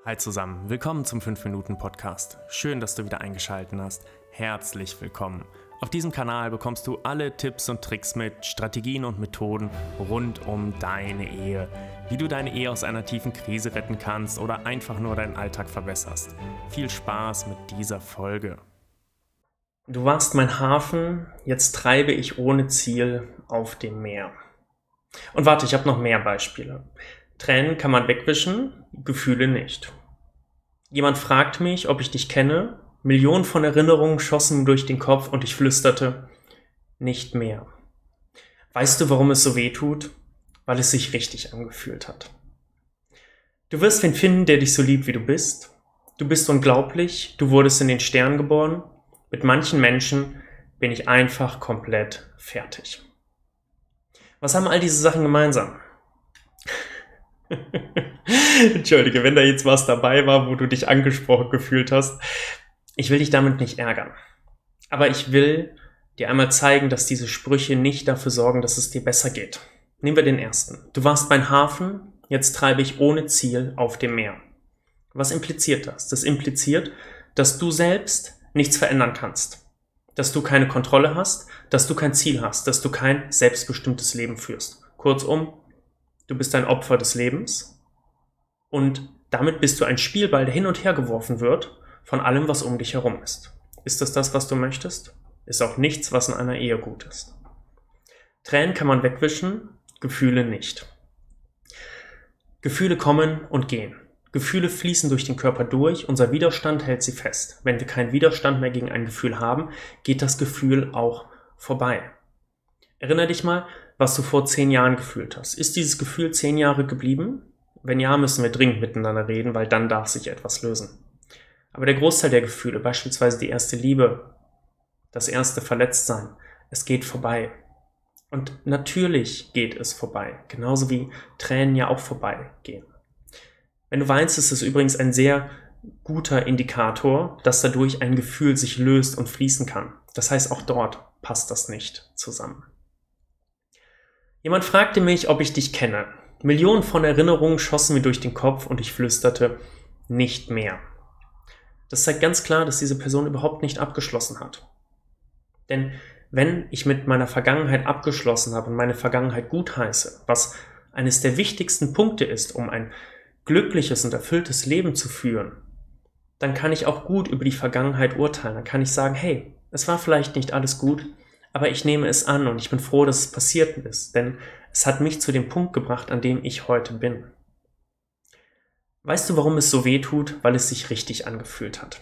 Hi zusammen, willkommen zum 5-Minuten-Podcast. Schön, dass du wieder eingeschaltet hast. Herzlich willkommen. Auf diesem Kanal bekommst du alle Tipps und Tricks mit, Strategien und Methoden rund um deine Ehe. Wie du deine Ehe aus einer tiefen Krise retten kannst oder einfach nur deinen Alltag verbesserst. Viel Spaß mit dieser Folge. Du warst mein Hafen, jetzt treibe ich ohne Ziel auf dem Meer. Und warte, ich habe noch mehr Beispiele. Tränen kann man wegwischen, Gefühle nicht. Jemand fragt mich, ob ich dich kenne. Millionen von Erinnerungen schossen mir durch den Kopf und ich flüsterte, nicht mehr. Weißt du, warum es so weh tut? Weil es sich richtig angefühlt hat. Du wirst wen finden, der dich so liebt, wie du bist. Du bist unglaublich, du wurdest in den Stern geboren. Mit manchen Menschen bin ich einfach komplett fertig. Was haben all diese Sachen gemeinsam? Entschuldige, wenn da jetzt was dabei war, wo du dich angesprochen gefühlt hast. Ich will dich damit nicht ärgern. Aber ich will dir einmal zeigen, dass diese Sprüche nicht dafür sorgen, dass es dir besser geht. Nehmen wir den ersten. Du warst mein Hafen, jetzt treibe ich ohne Ziel auf dem Meer. Was impliziert das? Das impliziert, dass du selbst nichts verändern kannst. Dass du keine Kontrolle hast, dass du kein Ziel hast, dass du kein selbstbestimmtes Leben führst. Kurzum, du bist ein Opfer des Lebens und damit bist du ein Spielball, der hin und her geworfen wird von allem, was um dich herum ist. Ist das, was du möchtest? Ist auch nichts, was in einer Ehe gut ist. Tränen kann man wegwischen, Gefühle nicht. Gefühle kommen und gehen. Gefühle fließen durch den Körper durch, unser Widerstand hält sie fest. Wenn wir keinen Widerstand mehr gegen ein Gefühl haben, geht das Gefühl auch vorbei. Erinnere dich mal, was du vor 10 Jahren gefühlt hast. Ist dieses Gefühl 10 Jahre geblieben? Wenn ja, müssen wir dringend miteinander reden, weil dann darf sich etwas lösen. Aber der Großteil der Gefühle, beispielsweise die erste Liebe, das erste Verletztsein, es geht vorbei. Und natürlich geht es vorbei, genauso wie Tränen ja auch vorbeigehen. Wenn du weinst, ist es übrigens ein sehr guter Indikator, dass dadurch ein Gefühl sich löst und fließen kann. Das heißt, auch dort passt das nicht zusammen. Jemand fragte mich, ob ich dich kenne. Millionen von Erinnerungen schossen mir durch den Kopf und ich flüsterte, nicht mehr. Das zeigt ganz klar, dass diese Person überhaupt nicht abgeschlossen hat. Denn wenn ich mit meiner Vergangenheit abgeschlossen habe und meine Vergangenheit gutheiße, was eines der wichtigsten Punkte ist, um ein glückliches und erfülltes Leben zu führen, dann kann ich auch gut über die Vergangenheit urteilen. Dann kann ich sagen, hey, es war vielleicht nicht alles gut, aber ich nehme es an und ich bin froh, dass es passiert ist, denn es hat mich zu dem Punkt gebracht, an dem ich heute bin. Weißt du, warum es so weh tut? Weil es sich richtig angefühlt hat.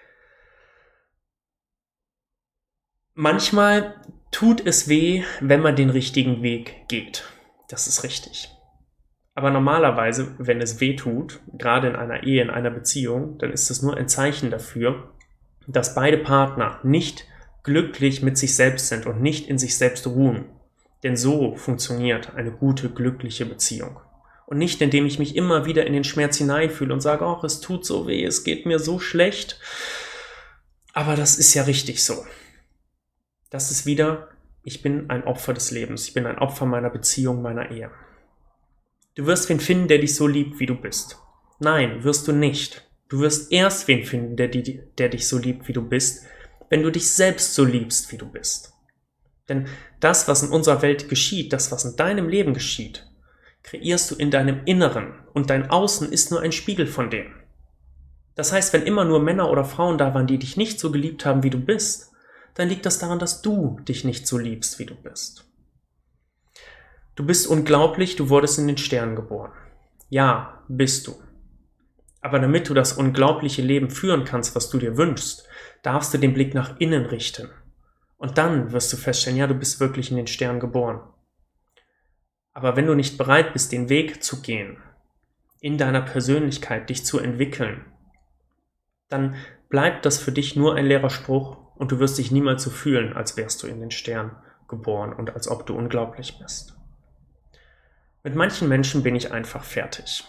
Manchmal tut es weh, wenn man den richtigen Weg geht. Das ist richtig. Aber normalerweise, wenn es weh tut, gerade in einer Ehe, in einer Beziehung, dann ist es nur ein Zeichen dafür, dass beide Partner nicht glücklich mit sich selbst sind und nicht in sich selbst ruhen. Denn so funktioniert eine gute, glückliche Beziehung. Und nicht, indem ich mich immer wieder in den Schmerz hineinfühle und sage, ach, es tut so weh, es geht mir so schlecht. Aber das ist ja richtig so. Das ist wieder, ich bin ein Opfer des Lebens, ich bin ein Opfer meiner Beziehung, meiner Ehe. Du wirst wen finden, der dich so liebt, wie du bist. Nein, wirst du nicht. Du wirst erst wen finden, der dich so liebt, wie du bist, wenn du dich selbst so liebst, wie du bist. Denn das, was in unserer Welt geschieht, das, was in deinem Leben geschieht, kreierst du in deinem Inneren und dein Außen ist nur ein Spiegel von dem. Das heißt, wenn immer nur Männer oder Frauen da waren, die dich nicht so geliebt haben, wie du bist, dann liegt das daran, dass du dich nicht so liebst, wie du bist. Du bist unglaublich, du wurdest in den Stern geboren. Ja, bist du. Aber damit du das unglaubliche Leben führen kannst, was du dir wünschst, darfst du den Blick nach innen richten. Und dann wirst du feststellen, ja, du bist wirklich in den Stern geboren. Aber wenn du nicht bereit bist, den Weg zu gehen, in deiner Persönlichkeit dich zu entwickeln, dann bleibt das für dich nur ein leerer Spruch und du wirst dich niemals so fühlen, als wärst du in den Stern geboren und als ob du unglaublich bist. Mit manchen Menschen bin ich einfach fertig.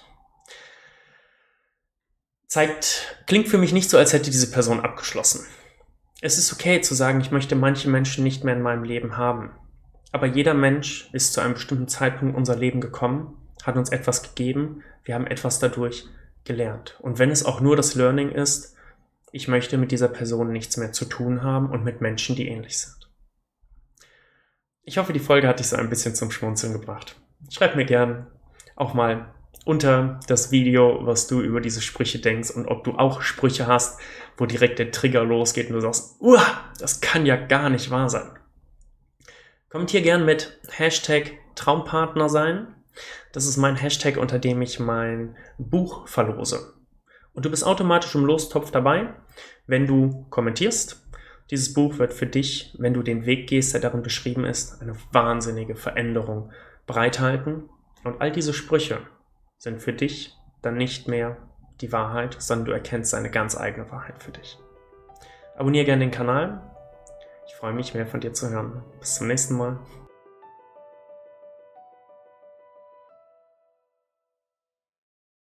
Klingt für mich nicht so, als hätte diese Person abgeschlossen. Es ist okay zu sagen, ich möchte manche Menschen nicht mehr in meinem Leben haben. Aber jeder Mensch ist zu einem bestimmten Zeitpunkt in unser Leben gekommen, hat uns etwas gegeben, wir haben etwas dadurch gelernt. Und wenn es auch nur das Learning ist, ich möchte mit dieser Person nichts mehr zu tun haben und mit Menschen, die ähnlich sind. Ich hoffe, die Folge hat dich so ein bisschen zum Schmunzeln gebracht. Schreib mir gern auch mal unter das Video, was du über diese Sprüche denkst und ob du auch Sprüche hast, wo direkt der Trigger losgeht und du sagst, das kann ja gar nicht wahr sein. Kommentier gern mit #Traumpartner sein. Das ist mein Hashtag, unter dem ich mein Buch verlose. Und du bist automatisch im Lostopf dabei, wenn du kommentierst. Dieses Buch wird für dich, wenn du den Weg gehst, der darin beschrieben ist, eine wahnsinnige Veränderung bereithalten. Und all diese Sprüche sind für dich dann nicht mehr die Wahrheit, sondern du erkennst deine ganz eigene Wahrheit für dich. Abonniere gerne den Kanal. Ich freue mich, mehr von dir zu hören. Bis zum nächsten Mal.